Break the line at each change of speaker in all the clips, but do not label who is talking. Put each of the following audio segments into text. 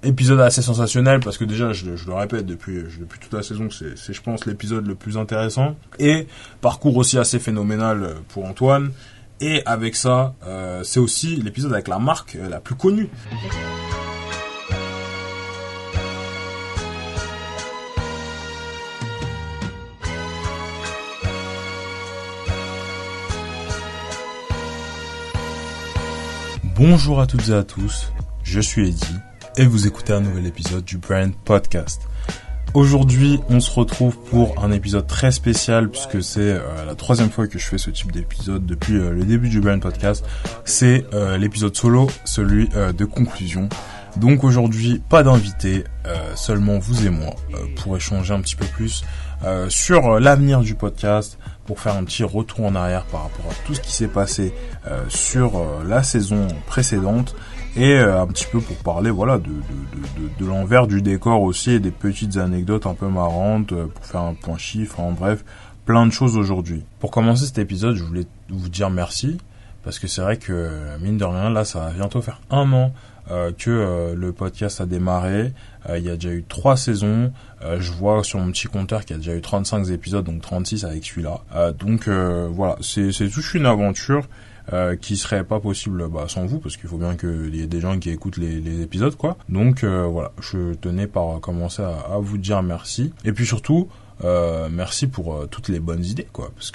Épisode assez sensationnel parce que déjà, je le répète depuis toute la saison, c'est je pense l'épisode le plus intéressant. Et parcours aussi assez phénoménal pour Antoine. Et avec ça, c'est aussi l'épisode avec la marque la plus connue. Bonjour à toutes et à tous, je suis Eddy et vous écoutez un nouvel épisode du Brand Podcast. Aujourd'hui, on se retrouve pour un épisode très spécial puisque c'est la troisième fois que je fais ce type d'épisode depuis le début du Brand Podcast. C'est l'épisode solo, celui de conclusion. Donc aujourd'hui, pas d'invité, seulement vous et moi pour échanger un petit peu plus sur l'avenir du podcast, pour faire un petit retour en arrière par rapport à tout ce qui s'est passé sur la saison précédente et un petit peu pour parler voilà de l'envers du décor aussi et des petites anecdotes un peu marrantes pour faire un point chiffre, en bref, plein de choses aujourd'hui. Pour commencer cet épisode, je voulais vous dire merci parce que c'est vrai que mine de rien là ça va bientôt faire 1 an que le podcast a démarré. Il y a déjà eu 3 saisons. Je vois sur mon petit compteur qu'il y a déjà eu 35 épisodes, donc 36 avec celui-là. Donc voilà, c'est toute une aventure qui serait pas possible sans vous, parce qu'il faut bien qu'il y ait des gens qui écoutent les épisodes, quoi. Donc voilà, je tenais par commencer à vous dire merci. Et puis surtout, merci pour toutes les bonnes idées, quoi. Parce que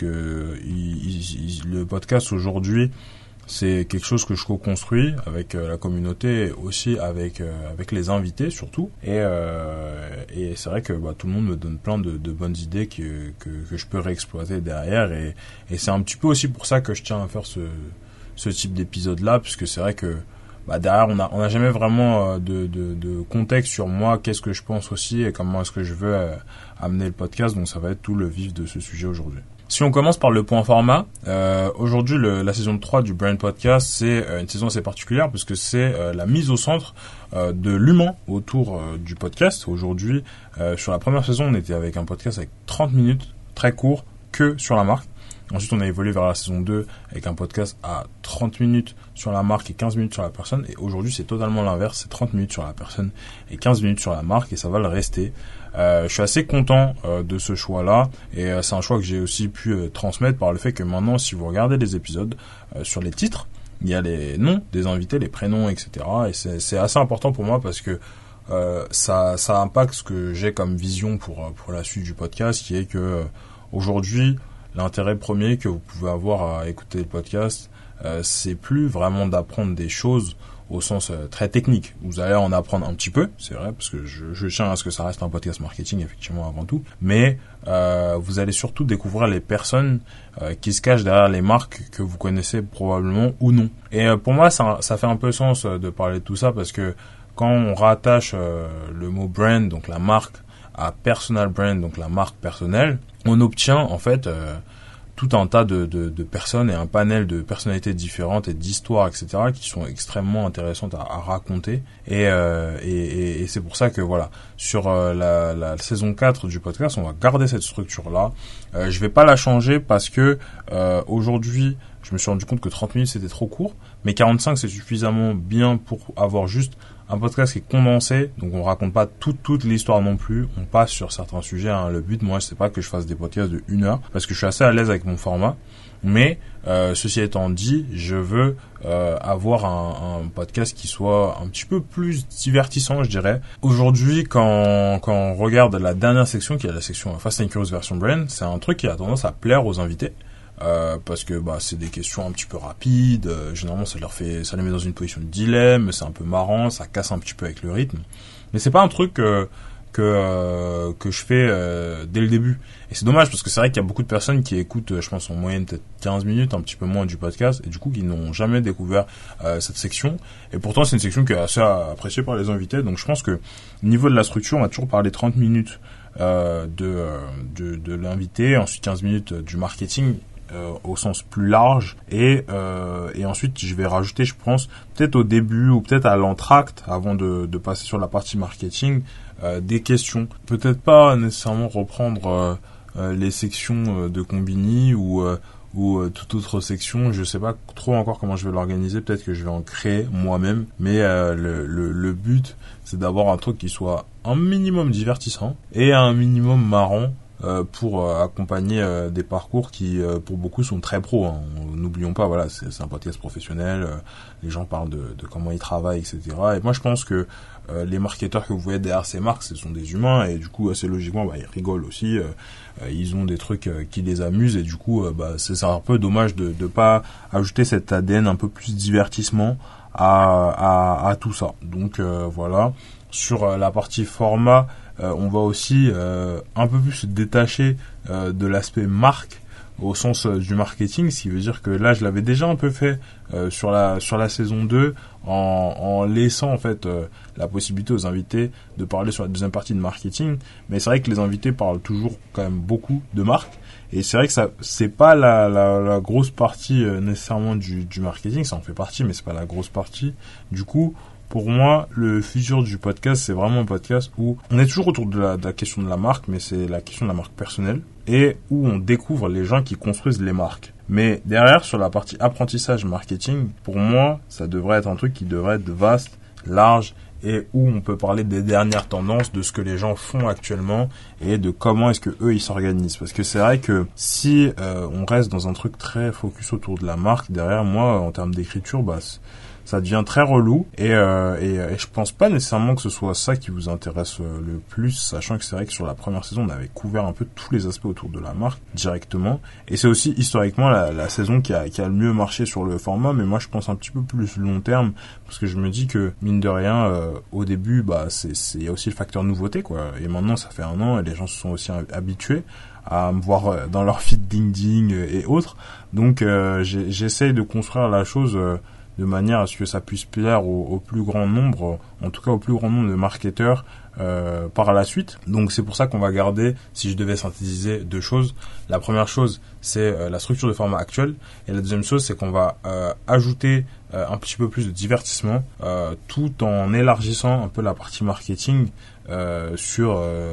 le podcast aujourd'hui, c'est quelque chose que je co-construis avec la communauté, aussi avec les invités surtout. Et c'est vrai que tout le monde me donne plein de bonnes idées que je peux réexploiter derrière. Et c'est un petit peu aussi pour ça que je tiens à faire ce type d'épisode-là, puisque c'est vrai que derrière on a jamais vraiment de contexte sur moi, qu'est-ce que je pense aussi et comment est-ce que je veux amener le podcast. Donc ça va être tout le vif de ce sujet aujourd'hui. Si on commence par le point format, aujourd'hui la saison 3 du Brand Podcast, c'est une saison assez particulière parce que c'est la mise au centre de l'humain autour du podcast. Aujourd'hui, sur la première saison, on était avec un podcast avec 30 minutes, très court, que sur la marque. Ensuite, on a évolué vers la saison 2 avec un podcast à 30 minutes sur la marque et 15 minutes sur la personne. Et aujourd'hui, c'est totalement l'inverse. C'est 30 minutes sur la personne et 15 minutes sur la marque, et ça va le rester. Je suis assez content de ce choix-là, et c'est un choix que j'ai aussi pu transmettre par le fait que maintenant, si vous regardez les épisodes, sur les titres, il y a les noms des invités, les prénoms, etc. Et c'est assez important pour moi parce que ça impacte ce que j'ai comme vision pour la suite du podcast, qui est que aujourd'hui, l'intérêt premier que vous pouvez avoir à écouter le podcast, c'est plus vraiment d'apprendre des choses au sens très technique. Vous allez en apprendre un petit peu, c'est vrai, parce que je tiens à ce que ça reste un podcast marketing, effectivement, avant tout. Mais vous allez surtout découvrir les personnes qui se cachent derrière les marques que vous connaissez probablement ou non. Et pour moi, ça fait un peu sens de parler de tout ça, parce que quand on rattache le mot brand, donc la marque, à personal brand, donc la marque personnelle, on obtient en fait tout un tas de personnes et un panel de personnalités différentes et d'histoires, etc., qui sont extrêmement intéressantes à raconter. Et c'est pour ça que voilà, sur la saison 4 du podcast, on va garder cette structure-là. Je vais pas la changer parce que aujourd'hui, je me suis rendu compte que 30 minutes c'était trop court, mais 45 c'est suffisamment bien pour avoir juste un podcast qui est condensé, donc on raconte pas toute l'histoire non plus, on passe sur certains sujets, hein. Le but, moi, c'est pas que je fasse des podcasts de 1 heure, parce que je suis assez à l'aise avec mon format, mais ceci étant dit, je veux avoir un podcast qui soit un petit peu plus divertissant, je dirais. Aujourd'hui, quand on regarde la dernière section, qui est la section Fast and Curious version Brand, c'est un truc qui a tendance à plaire aux invités. Parce que c'est des questions un petit peu rapides, généralement ça les met dans une position de dilemme, c'est un peu marrant, ça casse un petit peu avec le rythme, mais c'est pas un truc que je fais dès le début, et c'est dommage parce que c'est vrai qu'il y a beaucoup de personnes qui écoutent, je pense en moyenne peut-être 15 minutes, un petit peu moins du podcast, et du coup qui n'ont jamais découvert cette section, et pourtant c'est une section qui est assez appréciée par les invités. Donc je pense que au niveau de la structure, on va toujours parler 30 minutes de l'invité, ensuite 15 minutes du marketing au sens plus large, et ensuite je vais rajouter, je pense, peut-être au début ou peut-être à l'entracte, avant de passer sur la partie marketing, des questions. Peut-être pas nécessairement reprendre les sections de Combini ou ou toute autre section. Je sais pas trop encore comment je vais l'organiser. Peut-être que je vais en créer moi-même. Mais le but, c'est d'avoir un truc qui soit un minimum divertissant et un minimum marrant pour accompagner des parcours qui, pour beaucoup, sont très pros. Hein. N'oublions pas, voilà, c'est un podcast professionnel. Les gens parlent de comment ils travaillent, etc. Et moi, je pense que les marketeurs que vous voyez derrière ces marques, ce sont des humains et du coup, assez logiquement, ils rigolent aussi. Ils ont des trucs qui les amusent et du coup, c'est un peu dommage de pas ajouter cet ADN un peu plus divertissement à tout ça. Donc voilà. Sur la partie format, on va aussi un peu plus se détacher de l'aspect marque au sens du marketing, ce qui veut dire que là je l'avais déjà un peu fait sur la saison 2 en laissant en fait la possibilité aux invités de parler sur la deuxième partie de marketing, mais c'est vrai que les invités parlent toujours quand même beaucoup de marque et c'est vrai que ça c'est pas la grosse partie nécessairement du marketing, ça en fait partie mais c'est pas la grosse partie. Du coup, pour moi, le futur du podcast, c'est vraiment un podcast où on est toujours autour de la question de la marque, mais c'est la question de la marque personnelle et où on découvre les gens qui construisent les marques. Mais derrière, sur la partie apprentissage marketing, pour moi, ça devrait être un truc qui devrait être vaste, large et où on peut parler des dernières tendances, de ce que les gens font actuellement et de comment est-ce que eux ils s'organisent. Parce que c'est vrai que si on reste dans un truc très focus autour de la marque, derrière moi, en termes d'écriture, ça devient très relou et je pense pas nécessairement que ce soit ça qui vous intéresse le plus, sachant que c'est vrai que sur la première saison on avait couvert un peu tous les aspects autour de la marque directement et c'est aussi historiquement la saison qui a le mieux marché sur le format, mais moi je pense un petit peu plus long terme parce que je me dis que mine de rien au début il y a aussi le facteur nouveauté quoi, et maintenant ça fait 1 an et les gens se sont aussi habitués à me voir dans leur feed LinkedIn et autres, donc j'essaye de construire la chose de manière à ce que ça puisse plaire au plus grand nombre, en tout cas au plus grand nombre de marketeurs par la suite. Donc c'est pour ça qu'on va garder, si je devais synthétiser 2 choses, la première chose c'est la structure de format actuelle et la deuxième chose c'est qu'on va ajouter un petit peu plus de divertissement tout en élargissant un peu la partie marketing sur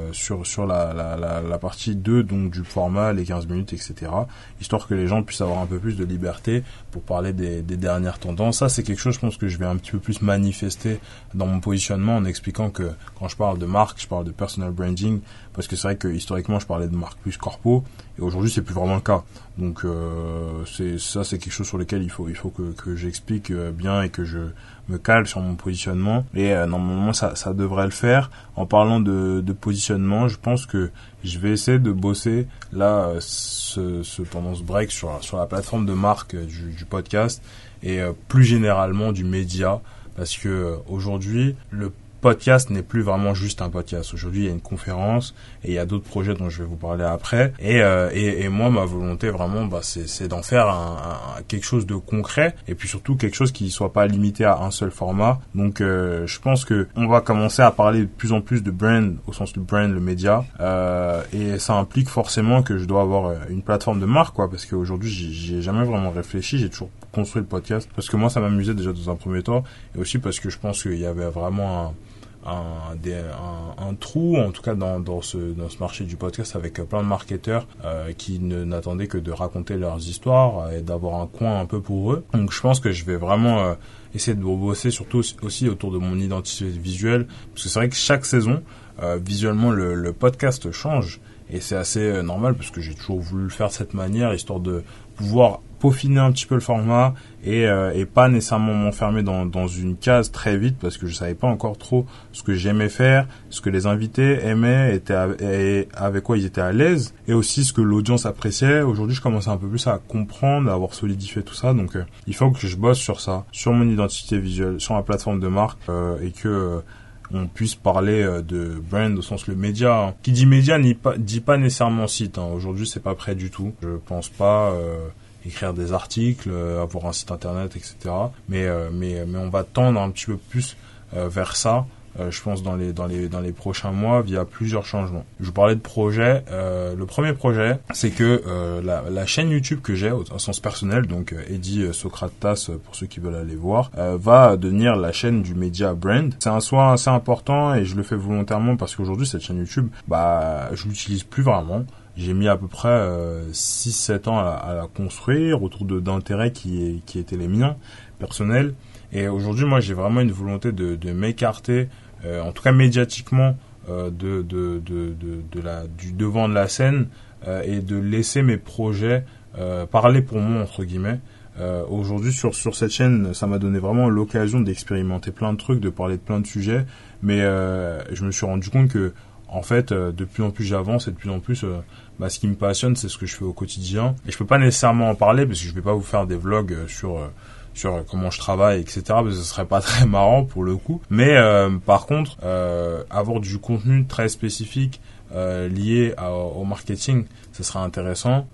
la partie 2 donc du format, les 15 minutes, etc. Histoire que les gens puissent avoir un peu plus de liberté pour parler des dernières tendances. Ça, c'est quelque chose, je pense, que je vais un petit peu plus manifester dans mon positionnement en expliquant que quand je parle de marque, je parle de personal branding parce que c'est vrai que historiquement, je parlais de marque plus corpo et aujourd'hui, c'est plus vraiment le cas. Donc, c'est quelque chose sur lequel il faut que j'explique bien et que je me cale sur mon positionnement et normalement ça devrait le faire. En parlant de positionnement, je pense que je vais essayer de bosser là pendant ce break sur la plateforme de marque du podcast et plus généralement du média parce que aujourd'hui le podcast n'est plus vraiment juste un podcast. Aujourd'hui, il y a une conférence et il y a d'autres projets dont je vais vous parler après. Et moi, ma volonté vraiment, c'est d'en faire quelque chose de concret et puis surtout quelque chose qui soit pas limité à un seul format. Donc, je pense que on va commencer à parler de plus en plus de brand au sens de brand, le média. Et ça implique forcément que je dois avoir une plateforme de marque, quoi, parce qu'aujourd'hui, j'y ai jamais vraiment réfléchi. J'ai toujours construit le podcast parce que moi, ça m'amusait déjà dans un premier temps et aussi parce que je pense qu'il y avait vraiment un trou en tout cas dans ce marché du podcast avec plein de marketeurs qui n'attendaient que de raconter leurs histoires et d'avoir un coin un peu pour eux. Donc je pense que je vais vraiment essayer de bosser surtout aussi autour de mon identité visuelle parce que c'est vrai que chaque saison visuellement le podcast change et c'est assez normal parce que j'ai toujours voulu le faire de cette manière histoire de pouvoir peaufiner un petit peu le format et pas nécessairement m'enfermer dans une case très vite parce que je savais pas encore trop ce que j'aimais faire, ce que les invités aimaient et avec quoi ils étaient à l'aise et aussi ce que l'audience appréciait. Aujourd'hui, je commence un peu plus à comprendre, à avoir solidifié tout ça, donc il faut que je bosse sur ça, sur mon identité visuelle, sur ma plateforme de marque et que on puisse parler de brand au sens le média. Qui dit média dit pas nécessairement site. Aujourd'hui, c'est pas prêt du tout. Je pense pas écrire des articles, avoir un site internet, etc. Mais on va tendre un petit peu plus vers ça. Je pense dans les prochains mois via plusieurs changements. Je vous parlais de projets. Le premier projet, c'est que la chaîne YouTube que j'ai au sens personnel, donc Eddie Socrates pour ceux qui veulent aller voir, va devenir la chaîne du média brand. C'est un choix assez important et je le fais volontairement parce qu'aujourd'hui cette chaîne YouTube, je l'utilise plus vraiment. j'ai mis à peu près 6-7 ans à la construire autour d'intérêts qui étaient les miens personnels. Et aujourd'hui, moi, j'ai vraiment une volonté de m'écarter, en tout cas médiatiquement, du devant de la scène, et de laisser mes projets parler pour moi, entre guillemets. Aujourd'hui, sur cette chaîne, ça m'a donné vraiment l'occasion d'expérimenter plein de trucs, de parler de plein de sujets, mais je me suis rendu compte que, en fait, de plus en plus j'avance et de plus en plus, ce qui me passionne, c'est ce que je fais au quotidien. Et je peux pas nécessairement en parler parce que je vais pas vous faire des vlogs sur comment je travaille, etc. parce que ce serait pas très marrant pour le coup. Mais par contre, avoir du contenu très spécifique lié au marketing, ce serait intéressant,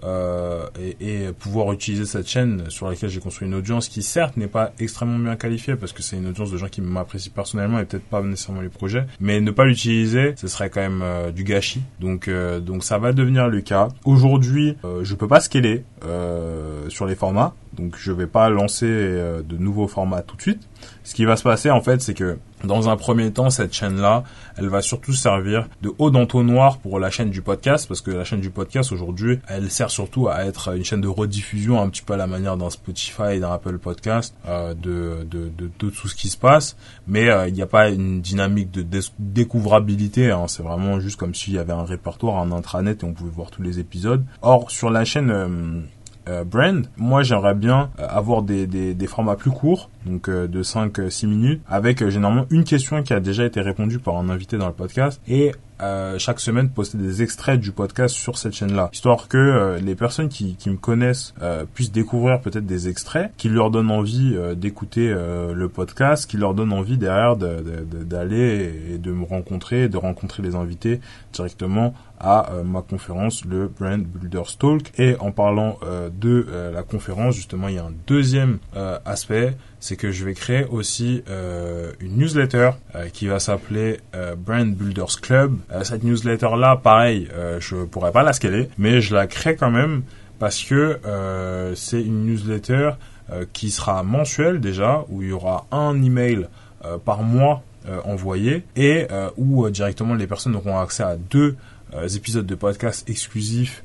et pouvoir utiliser cette chaîne sur laquelle j'ai construit une audience qui certes n'est pas extrêmement bien qualifiée parce que c'est une audience de gens qui m'apprécient personnellement et peut-être pas nécessairement les projets, mais ne pas l'utiliser, ce serait quand même du gâchis. Donc ça va devenir le cas. Aujourd'hui, je peux pas scaler sur les formats, donc je vais pas lancer de nouveaux formats tout de suite. Ce qui va se passer en fait, c'est que dans un premier temps, cette chaîne-là, elle va surtout servir de haut d'entonnoir pour la chaîne du podcast, parce que la chaîne du podcast aujourd'hui, elle sert surtout à être une chaîne de rediffusion, un petit peu à la manière d'un Spotify et d'un Apple Podcast, de tout ce qui se passe. Mais il n'y a pas une dynamique de découvrabilité, hein. C'est vraiment juste comme s'il y avait un répertoire, un intranet et on pouvait voir tous les épisodes. Or, sur la chaîne Brand, moi j'aimerais bien avoir des formats plus courts, donc de 5-6 minutes, avec généralement une question qui a déjà été répondue par un invité dans le podcast, et chaque semaine poster des extraits du podcast sur cette chaîne-là, histoire que les personnes qui me connaissent puissent découvrir peut-être des extraits qui leur donnent envie d'écouter le podcast, qui leur donnent envie derrière d'aller et de me rencontrer, de rencontrer les invités directement à ma conférence, le Brand Builders Talk. Et en parlant de la conférence, justement, il y a un deuxième aspect, c'est que je vais créer aussi une newsletter qui va s'appeler Brand Builders Club. Cette newsletter-là, pareil, je pourrais pas la scaler, mais je la crée quand même parce que c'est une newsletter qui sera mensuelle déjà, où il y aura un email par mois envoyé, et où directement les personnes auront accès à 2 épisodes de podcast exclusifs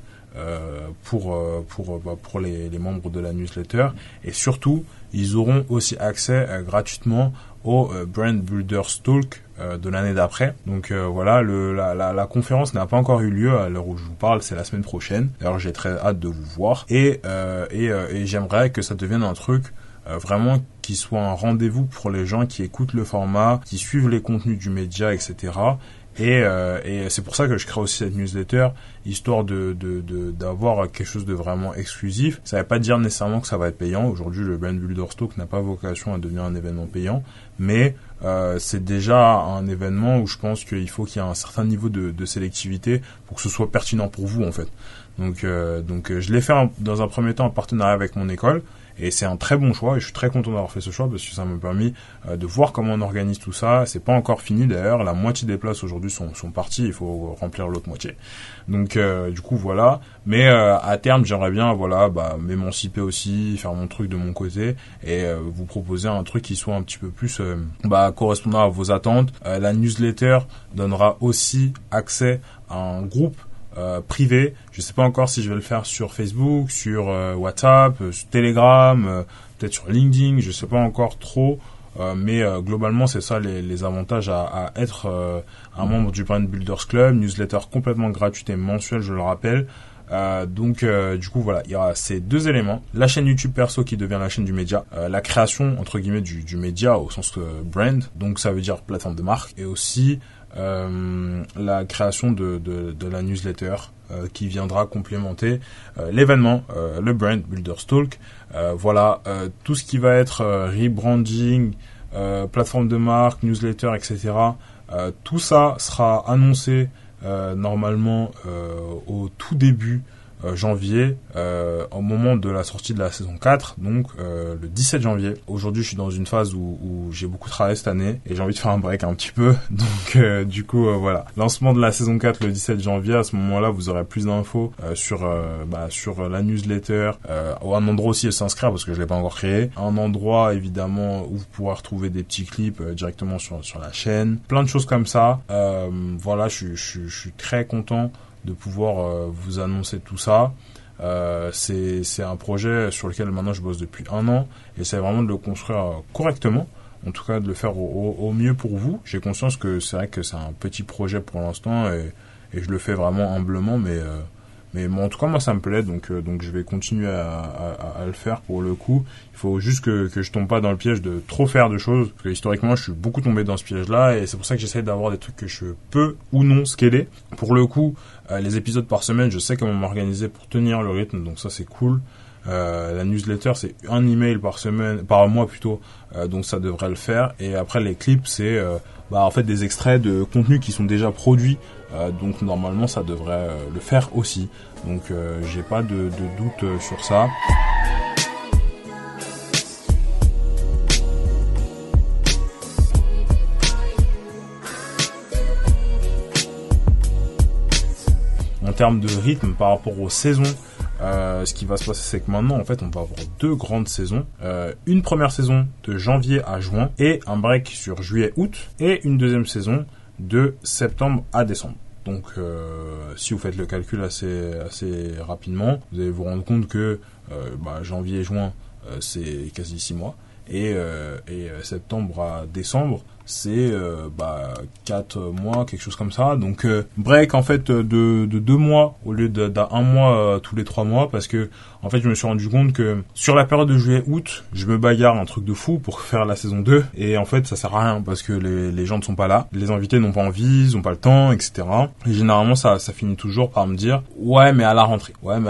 pour les membres de la newsletter, et surtout ils auront aussi accès gratuitement au Brand Builders Talk de l'année d'après. Donc voilà, la conférence n'a pas encore eu lieu à l'heure où je vous parle, c'est la semaine prochaine. D'ailleurs, j'ai très hâte de vous voir, et j'aimerais que ça devienne un truc vraiment qui soit un rendez-vous pour les gens qui écoutent le format, qui suivent les contenus du média, etc. Et c'est pour ça que je crée aussi cette newsletter, histoire d'avoir quelque chose de vraiment exclusif. Ça ne veut pas dire nécessairement que ça va être payant. Aujourd'hui, le Brand Builders Talk n'a pas vocation à devenir un événement payant, mais c'est déjà un événement où je pense qu'il faut qu'il y ait un certain niveau de sélectivité pour que ce soit pertinent pour vous, en fait. Donc je l'ai fait dans un premier temps en partenariat avec mon école. Et c'est un très bon choix, et je suis très content d'avoir fait ce choix parce que ça m'a permis de voir comment on organise tout ça. C'est pas encore fini d'ailleurs, la moitié des places aujourd'hui sont parties, il faut remplir l'autre moitié. Donc du coup voilà, mais à terme j'aimerais bien m'émanciper aussi, faire mon truc de mon côté, et vous proposer un truc qui soit un petit peu plus correspondant à vos attentes. La newsletter donnera aussi accès à un groupe privé. Je sais pas encore si je vais le faire sur Facebook, sur WhatsApp, sur Telegram, peut-être sur LinkedIn, je sais pas encore trop, mais globalement c'est ça les avantages à être un membre du Brand Builders Club. Newsletter complètement gratuite et mensuelle, je le rappelle. Donc du coup voilà, il y aura ces 2 éléments, la chaîne YouTube perso qui devient la chaîne du média, la création entre guillemets du média au sens brand, donc ça veut dire plateforme de marque, et aussi la création de la newsletter qui viendra complémenter l'événement, le Brand Builders Talk. Voilà, tout ce qui va être rebranding, plateforme de marque, newsletter, etc. Tout ça sera annoncé normalement au tout début janvier, au moment de la sortie de la saison 4, donc le 17 janvier. Aujourd'hui, je suis dans une phase où j'ai beaucoup travaillé cette année et j'ai envie de faire un break un petit peu. Donc du coup, voilà. Lancement de la saison 4 le 17 janvier. À ce moment-là, vous aurez plus d'infos sur la newsletter, ou un endroit aussi à s'inscrire parce que je l'ai pas encore créé. Un endroit évidemment où vous pourrez retrouver des petits clips directement sur la chaîne. Plein de choses comme ça. Voilà, je suis très content de pouvoir vous annoncer tout ça. C'est un projet sur lequel maintenant je bosse depuis 1 an et c'est vraiment de le construire correctement, en tout cas de le faire au mieux pour vous. J'ai conscience que c'est vrai que c'est un petit projet pour l'instant et je le fais vraiment humblement, mais en tout cas moi ça me plaît, donc je vais continuer à le faire pour le coup. Il faut juste que je tombe pas dans le piège de trop faire de choses, parce que historiquement je suis beaucoup tombé dans ce piège là et c'est pour ça que j'essaie d'avoir des trucs que je peux ou non scaler. Pour le coup, les épisodes par semaine, je sais comment m'organiser pour tenir le rythme, donc ça c'est cool. La newsletter c'est un email par mois plutôt, donc ça devrait le faire. Et après les clips c'est en fait des extraits de contenus qui sont déjà produits, donc normalement ça devrait le faire aussi. Donc j'ai pas de doute sur ça. En termes de rythme par rapport aux saisons, ce qui va se passer, c'est que maintenant, en fait, on va avoir 2 grandes saisons. Une première saison de janvier à juin et un break sur juillet-août. Et une deuxième saison de septembre à décembre. Donc, si vous faites le calcul assez rapidement, vous allez vous rendre compte que janvier et juin, c'est quasi 6 mois. Et septembre à décembre, c'est 4 mois, quelque chose comme ça. Donc break en fait de 2 mois au lieu d'un mois tous les 3 mois, parce que en fait je me suis rendu compte que sur la période de juillet-août, je me bagarre un truc de fou pour faire la saison 2 et en fait ça sert à rien parce que les gens ne sont pas là, les invités n'ont pas envie, ils n'ont pas le temps, etc. Et généralement ça finit toujours par me dire ouais mais à la rentrée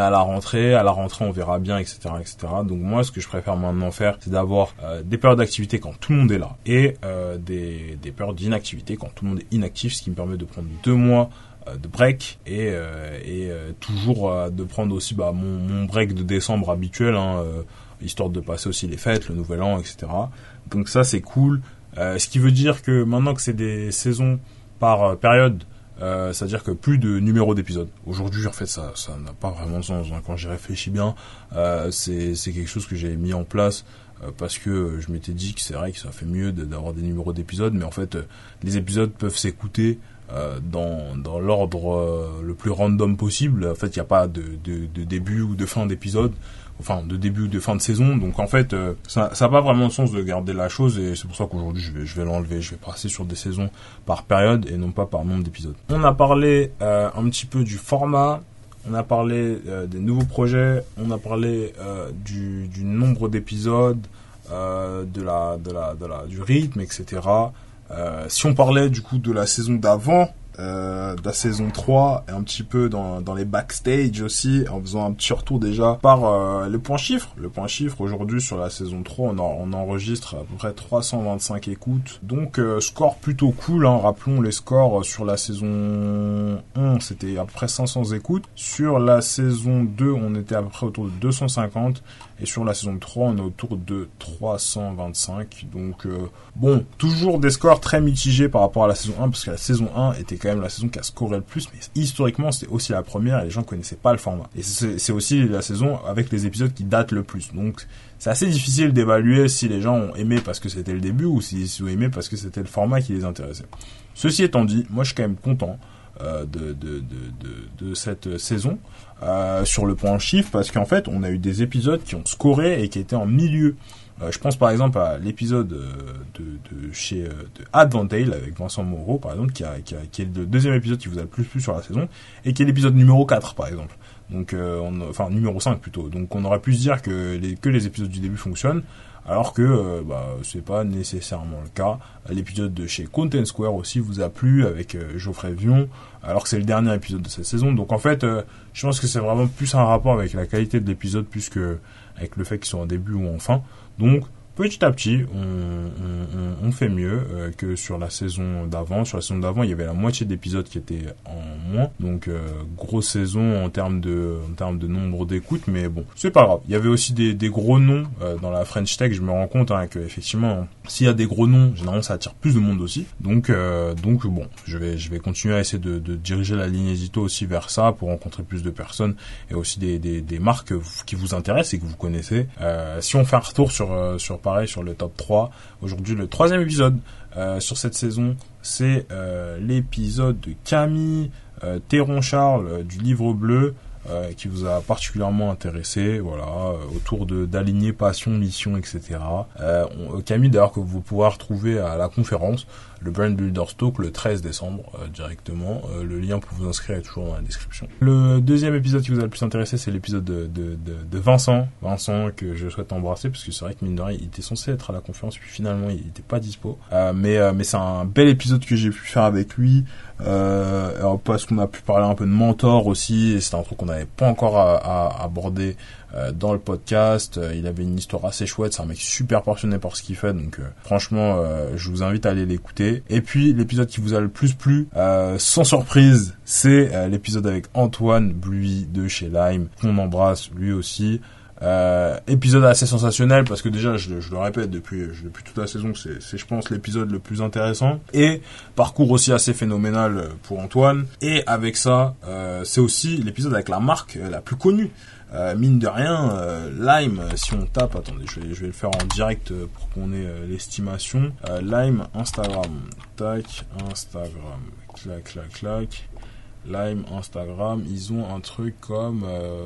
on verra bien, etc. Donc moi ce que je préfère maintenant faire, c'est d'avoir des périodes d'activité quand tout le monde est là et des périodes d'inactivité quand tout le monde est inactif, ce qui me permet de prendre 2 mois de break et toujours de prendre aussi mon break de décembre habituel, histoire de passer aussi les fêtes, le nouvel an, etc. Donc ça c'est cool, ce qui veut dire que maintenant que c'est des saisons par période, c'est-à-dire que plus de numéros d'épisodes. Aujourd'hui en fait ça n'a pas vraiment de sens, quand j'y réfléchis bien, c'est quelque chose que j'ai mis en place parce que je m'étais dit que c'est vrai que ça fait mieux d'avoir des numéros d'épisodes, mais en fait les épisodes peuvent s'écouter dans l'ordre le plus random possible. En fait il n'y a pas de début ou de fin d'épisode, enfin de début ou de fin de saison, donc en fait ça n'a pas vraiment de sens de garder la chose, et c'est pour ça qu'aujourd'hui je vais l'enlever, je vais passer sur des saisons par période et non pas par nombre d'épisodes. On a parlé un petit peu du format, on a parlé des nouveaux projets, on a parlé du nombre d'épisodes, du rythme, etc. Si on parlait du coup de la saison d'avant, de la saison 3, et un petit peu dans les backstage aussi, en faisant un petit retour déjà par le point chiffre. Le point chiffre, aujourd'hui sur la saison 3, on enregistre à peu près 325 écoutes. Donc score plutôt cool, rappelons les scores sur la saison 1, c'était à peu près 500 écoutes. Sur la saison 2, on était à peu près autour de 250. Et sur la saison 3, on est autour de 325. Donc, toujours des scores très mitigés par rapport à la saison 1, parce que la saison 1 était quand même la saison qui a scoré le plus, mais historiquement, c'était aussi la première et les gens connaissaient pas le format. Et c'est aussi la saison avec les épisodes qui datent le plus. Donc, c'est assez difficile d'évaluer si les gens ont aimé parce que c'était le début ou s'ils ont aimé parce que c'était le format qui les intéressait. Ceci étant dit, moi, je suis quand même content de cette saison sur le point chiffre, parce qu'en fait on a eu des épisodes qui ont scoré et qui étaient en milieu. Je pense par exemple à l'épisode de Advantale avec Vincent Moreau par exemple, qui est le deuxième épisode qui vous a le plus plu sur la saison et qui est l'épisode numéro 4 par exemple. Donc numéro 5 plutôt. Donc on aurait pu se dire que les épisodes du début fonctionnent, alors que c'est pas nécessairement le cas. L'épisode de chez Content Square aussi vous a plu avec Geoffrey Vion, alors que c'est le dernier épisode de cette saison. Donc en fait je pense que c'est vraiment plus un rapport avec la qualité de l'épisode plus que avec le fait qu'ils soient en début ou en fin. Donc petit à petit, on fait mieux que sur la saison d'avant. Sur la saison d'avant, il y avait la moitié d'épisodes qui étaient en moins. Donc, grosse saison en termes de nombre d'écoutes. Mais bon, c'est pas grave. Il y avait aussi des gros noms dans la French Tech. Je me rends compte que effectivement, s'il y a des gros noms, généralement ça attire plus de monde aussi. Donc bon, je vais continuer à essayer de diriger la ligne édito aussi vers ça pour rencontrer plus de personnes et aussi des marques qui vous intéressent et que vous connaissez. Si on fait un retour sur pareil sur le top 3, aujourd'hui le 3e épisode sur cette saison, c'est l'épisode de Camille Théron Charles du Livre Bleu, qui vous a particulièrement intéressé, voilà, autour d'aligner passion, mission, etc. Camille, d'ailleurs, que vous pourrez retrouver à la conférence, le Brand Builders Talk, le 13 décembre, directement. Le lien pour vous inscrire est toujours dans la description. Le deuxième épisode qui vous a le plus intéressé, c'est l'épisode de Vincent. Vincent, que je souhaite embrasser, parce que c'est vrai que mine de rien, il était censé être à la conférence, puis finalement, il était pas dispo. Mais c'est un bel épisode que j'ai pu faire avec lui. Parce qu'on a pu parler un peu de mentor aussi, et c'était un truc qu'on n'avait pas encore abordé dans le podcast. Il avait une histoire assez chouette, c'est un mec super passionné par ce qu'il fait, donc franchement je vous invite à aller l'écouter. Et puis l'épisode qui vous a le plus plu, sans surprise, c'est l'épisode avec Antoine Bluy de chez Lime, qu'on embrasse lui aussi. Épisode assez sensationnel parce que déjà je le répète depuis toute la saison, c'est je pense l'épisode le plus intéressant, et parcours aussi assez phénoménal pour Antoine. Et avec ça c'est aussi l'épisode avec la marque la plus connue, mine de rien, Lime. Si on tape, attendez, je vais le faire en direct pour qu'on ait l'estimation. Lime Instagram, tac, Instagram, clac. Lime Instagram, ils ont un truc comme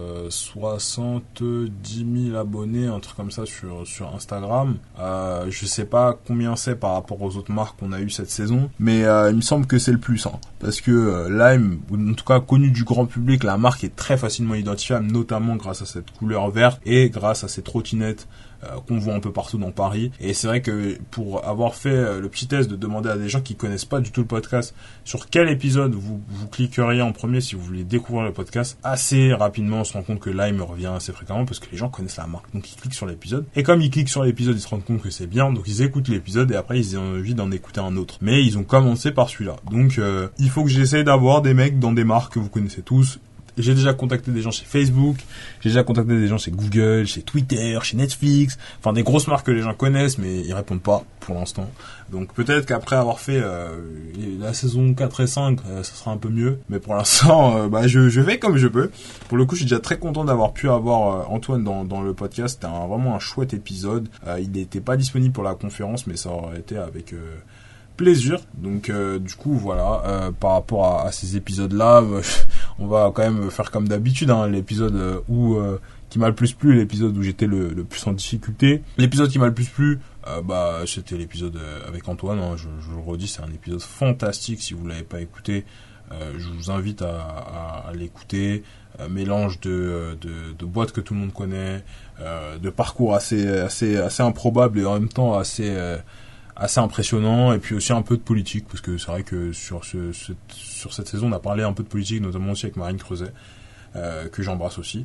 70 000 abonnés, un truc comme ça sur Instagram. Je sais pas combien c'est par rapport aux autres marques qu'on a eu cette saison, mais il me semble que c'est le plus, hein, parce que Lime, en tout cas connu du grand public, la marque est très facilement identifiable, notamment grâce à cette couleur verte et grâce à ces trottinettes qu'on voit un peu partout dans Paris. Et c'est vrai que pour avoir fait le petit test de demander à des gens qui connaissent pas du tout le podcast sur quel épisode vous cliqueriez en premier si vous voulez découvrir le podcast, assez rapidement on se rend compte que Lime revient assez fréquemment parce que les gens connaissent la marque, donc ils cliquent sur l'épisode, et comme ils cliquent sur l'épisode ils se rendent compte que c'est bien, donc ils écoutent l'épisode et après ils ont envie d'en écouter un autre, mais ils ont commencé par celui-là. Donc il faut que j'essaie d'avoir des mecs dans des marques que vous connaissez tous. J'ai déjà contacté des gens chez Facebook, j'ai déjà contacté des gens chez Google, chez Twitter, chez Netflix, enfin des grosses marques que les gens connaissent, mais ils répondent pas pour l'instant. Donc peut-être qu'après avoir fait la saison 4 et 5, ça sera un peu mieux. Mais pour l'instant, je vais comme je peux. Pour le coup, je suis déjà très content d'avoir pu avoir Antoine dans le podcast. C'était vraiment un chouette épisode. Il n'était pas disponible pour la conférence, mais ça aurait été avec plaisir. Donc du coup voilà, par rapport à ces épisodes là, on va quand même faire comme d'habitude, hein, l'épisode qui m'a le plus plu, l'épisode où j'étais le plus en difficulté. L'épisode qui m'a le plus plu, c'était l'épisode avec Antoine, hein, je le redis, c'est un épisode fantastique. Si vous l'avez pas écouté, je vous invite à l'écouter. Mélange de boîtes que tout le monde connaît, de parcours assez improbable et en même temps assez impressionnant, et puis aussi un peu de politique, parce que c'est vrai que sur cette saison on a parlé un peu de politique, notamment aussi avec Marine Creuset, que j'embrasse aussi,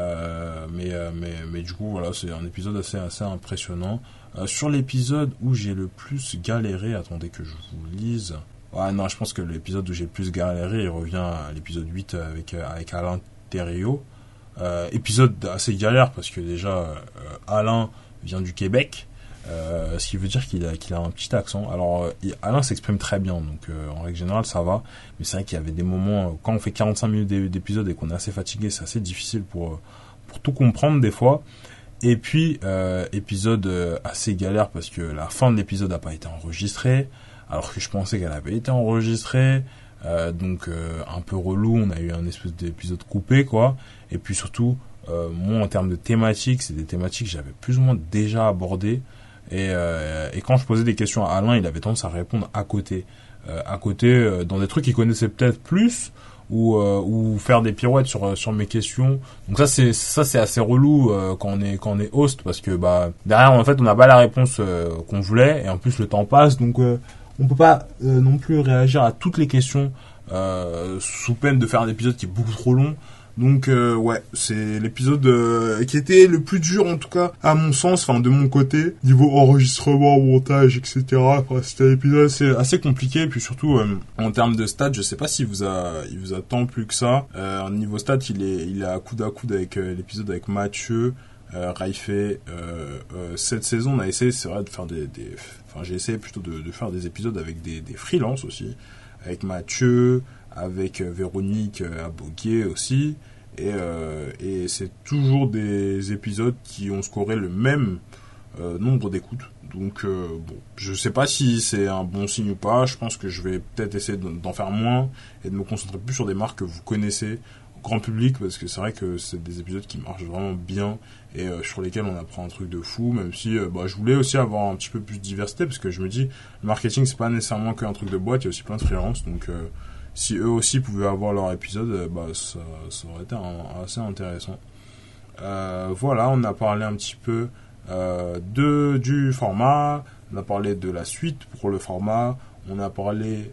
mais du coup voilà, c'est un épisode assez impressionnant. Sur l'épisode où j'ai le plus galéré, attendez que je vous lise. Non, je pense que l'épisode où j'ai le plus galéré, il revient à l'épisode 8 avec Alain Thériault. Épisode assez galère parce que déjà Alain vient du Québec, ce qui veut dire qu'il a un petit accent. Alors Alain s'exprime très bien, donc en règle générale ça va, mais c'est vrai qu'il y avait des moments quand on fait 45 minutes d'épisode et qu'on est assez fatigué, c'est assez difficile pour tout comprendre des fois. Et puis épisode assez galère parce que la fin de l'épisode n'a pas été enregistrée, alors que je pensais qu'elle avait été enregistrée, donc un peu relou. On a eu un espèce d'épisode coupé quoi. Et puis surtout moi en termes de thématiques, c'est des thématiques que j'avais plus ou moins déjà abordées. Et quand je posais des questions à Alain, il avait tendance à répondre à côté, dans des trucs qu'il connaissait peut-être plus, ou faire des pirouettes sur mes questions. Donc ça c'est assez relou quand on est host, parce que derrière en fait on n'a pas la réponse qu'on voulait, et en plus le temps passe, donc on peut pas non plus réagir à toutes les questions sous peine de faire un épisode qui est beaucoup trop long. Donc ouais, c'est l'épisode qui était le plus dur, en tout cas à mon sens, enfin de mon côté, niveau enregistrement, montage, etc. C'était un épisode assez compliqué. Et puis surtout en termes de stats, je sais pas s'il il vous a tant plus que ça. Niveau stats, il est à coude avec l'épisode avec Mathieu, Raifé. Cette saison, on a essayé, c'est vrai, de faire j'ai essayé plutôt de faire des épisodes avec des freelances aussi, avec Mathieu, avec Véronique Aboguier aussi, et c'est toujours des épisodes qui ont scoré le même nombre d'écoutes. Donc bon, je sais pas si c'est un bon signe ou pas. Je pense que je vais peut-être essayer d'en faire moins et de me concentrer plus sur des marques que vous connaissez au grand public, parce que c'est vrai que c'est des épisodes qui marchent vraiment bien et sur lesquels on apprend un truc de fou, même si je voulais aussi avoir un petit peu plus de diversité, parce que je me dis, le marketing c'est pas nécessairement qu'un truc de boîte, il y a aussi plein de freelance, donc si eux aussi pouvaient avoir leur épisode, ça aurait été assez intéressant. Voilà, on a parlé un petit peu du format, on a parlé de la suite pour le format, on a parlé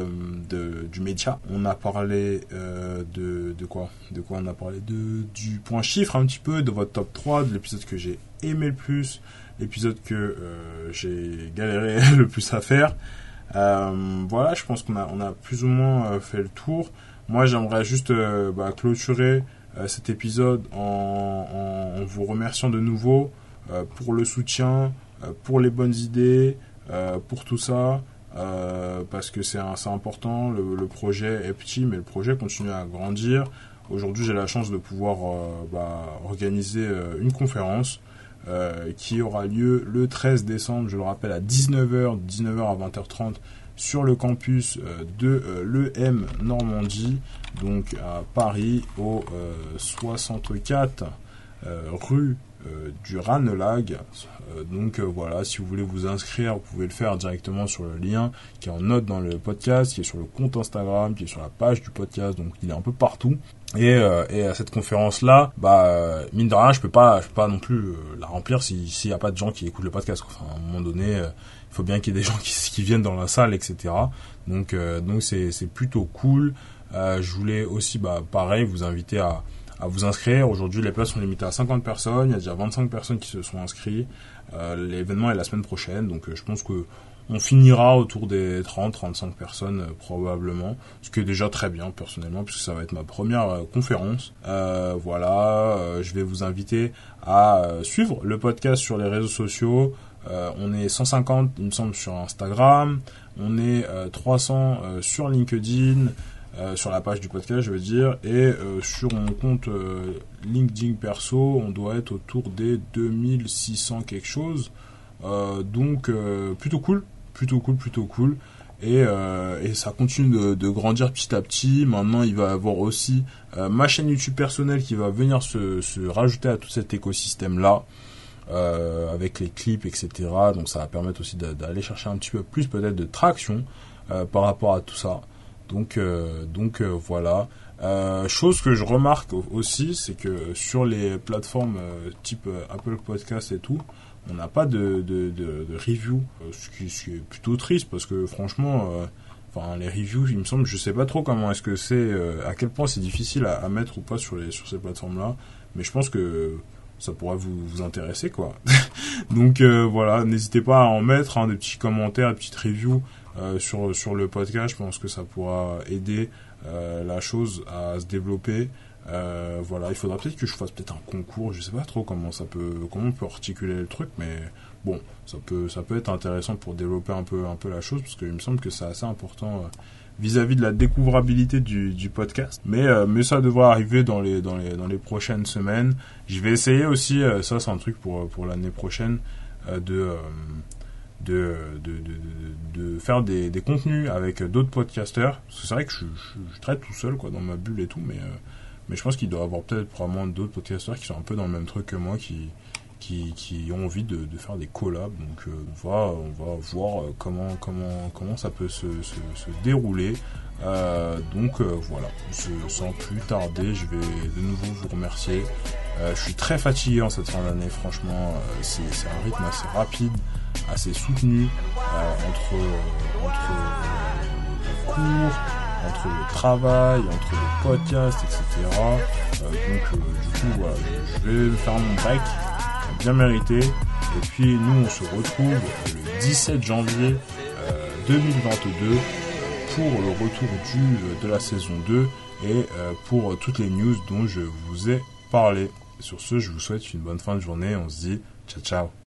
du média, on a parlé de quoi on a parlé du point chiffre un petit peu, de votre top 3, de l'épisode que j'ai aimé le plus, l'épisode que j'ai galéré le plus à faire. Voilà, je pense qu'on a plus ou moins fait le tour. Moi, j'aimerais juste clôturer cet épisode en vous remerciant de nouveau pour le soutien, pour les bonnes idées, pour tout ça, parce que c'est important. Le projet est petit, mais le projet continue à grandir. Aujourd'hui, j'ai la chance de pouvoir organiser une conférence qui aura lieu le 13 décembre, je le rappelle, à 19h à 20h30 sur le campus de l'EM Normandie, donc à Paris, au 64 rue du Ranelagh. Donc voilà, si vous voulez vous inscrire, vous pouvez le faire directement sur le lien qui est en note dans le podcast, qui est sur le compte Instagram, qui est sur la page du podcast, donc il est un peu partout. Et à cette conférence-là, mine de rien, je peux pas non plus la remplir s'il y a pas de gens qui écoutent le podcast. Enfin, à un moment donné, il faut bien qu'il y ait des gens qui viennent dans la salle, etc. Donc c'est plutôt cool. Je voulais aussi, pareil, vous inviter à vous inscrire. Aujourd'hui, les places sont limitées à 50 personnes. Il y a déjà 25 personnes qui se sont inscrites. L'événement est la semaine prochaine, donc je pense que on finira autour des 30-35 personnes probablement, ce qui est déjà très bien personnellement, puisque ça va être ma première conférence. Je vais vous inviter à suivre le podcast sur les réseaux sociaux. On est 150, il me semble, sur Instagram. On est 300 sur LinkedIn, sur la page du podcast, je veux dire. Et sur mon compte LinkedIn perso, on doit être autour des 2600 quelque chose. Donc plutôt cool. Et ça continue de grandir petit à petit. Maintenant, il va y avoir aussi ma chaîne YouTube personnelle qui va venir se rajouter à tout cet écosystème-là, avec les clips, etc. Donc ça va permettre aussi d'aller chercher un petit peu plus peut-être de traction par rapport à tout ça. Donc voilà. Chose que je remarque aussi, c'est que sur les plateformes type Apple Podcast et tout, on n'a pas de review, ce qui est plutôt triste, parce que franchement, les reviews, il me semble, je sais pas trop comment est-ce que c'est, à quel point c'est difficile à mettre ou pas sur ces plateformes-là, mais je pense que ça pourrait vous intéresser, quoi. Donc voilà, n'hésitez pas à en mettre des petits commentaires, des petites reviews sur le podcast. Je pense que ça pourra aider la chose à se développer. Il faudra peut-être que je fasse peut-être un concours, je sais pas trop comment on peut articuler le truc, mais bon, ça peut être intéressant pour développer un peu la chose, parce qu'il me semble que c'est assez important vis-à-vis de la découvrabilité du podcast, mais ça devrait arriver dans les prochaines semaines. Je vais essayer aussi, ça c'est un truc pour l'année prochaine, de faire des contenus avec d'autres podcasteurs, parce que c'est vrai que je traite tout seul, quoi, dans ma bulle et tout, mais je pense qu'il doit y avoir peut-être probablement d'autres podcasteurs qui sont un peu dans le même truc que moi, qui ont envie de faire des collabs. Donc on va voir comment ça peut se dérouler. Voilà, sans plus tarder, je vais de nouveau vous remercier. Je suis très fatigué en cette fin d'année, franchement. C'est un rythme assez rapide, assez soutenu, entre les cours, entre le travail, entre le podcast, etc. Du coup, voilà, je vais faire mon break, bien mérité. Et puis nous, on se retrouve le 17 janvier 2022 pour le retour de la saison 2 et pour toutes les news dont je vous ai parlé. Sur ce, je vous souhaite une bonne fin de journée. On se dit ciao ciao.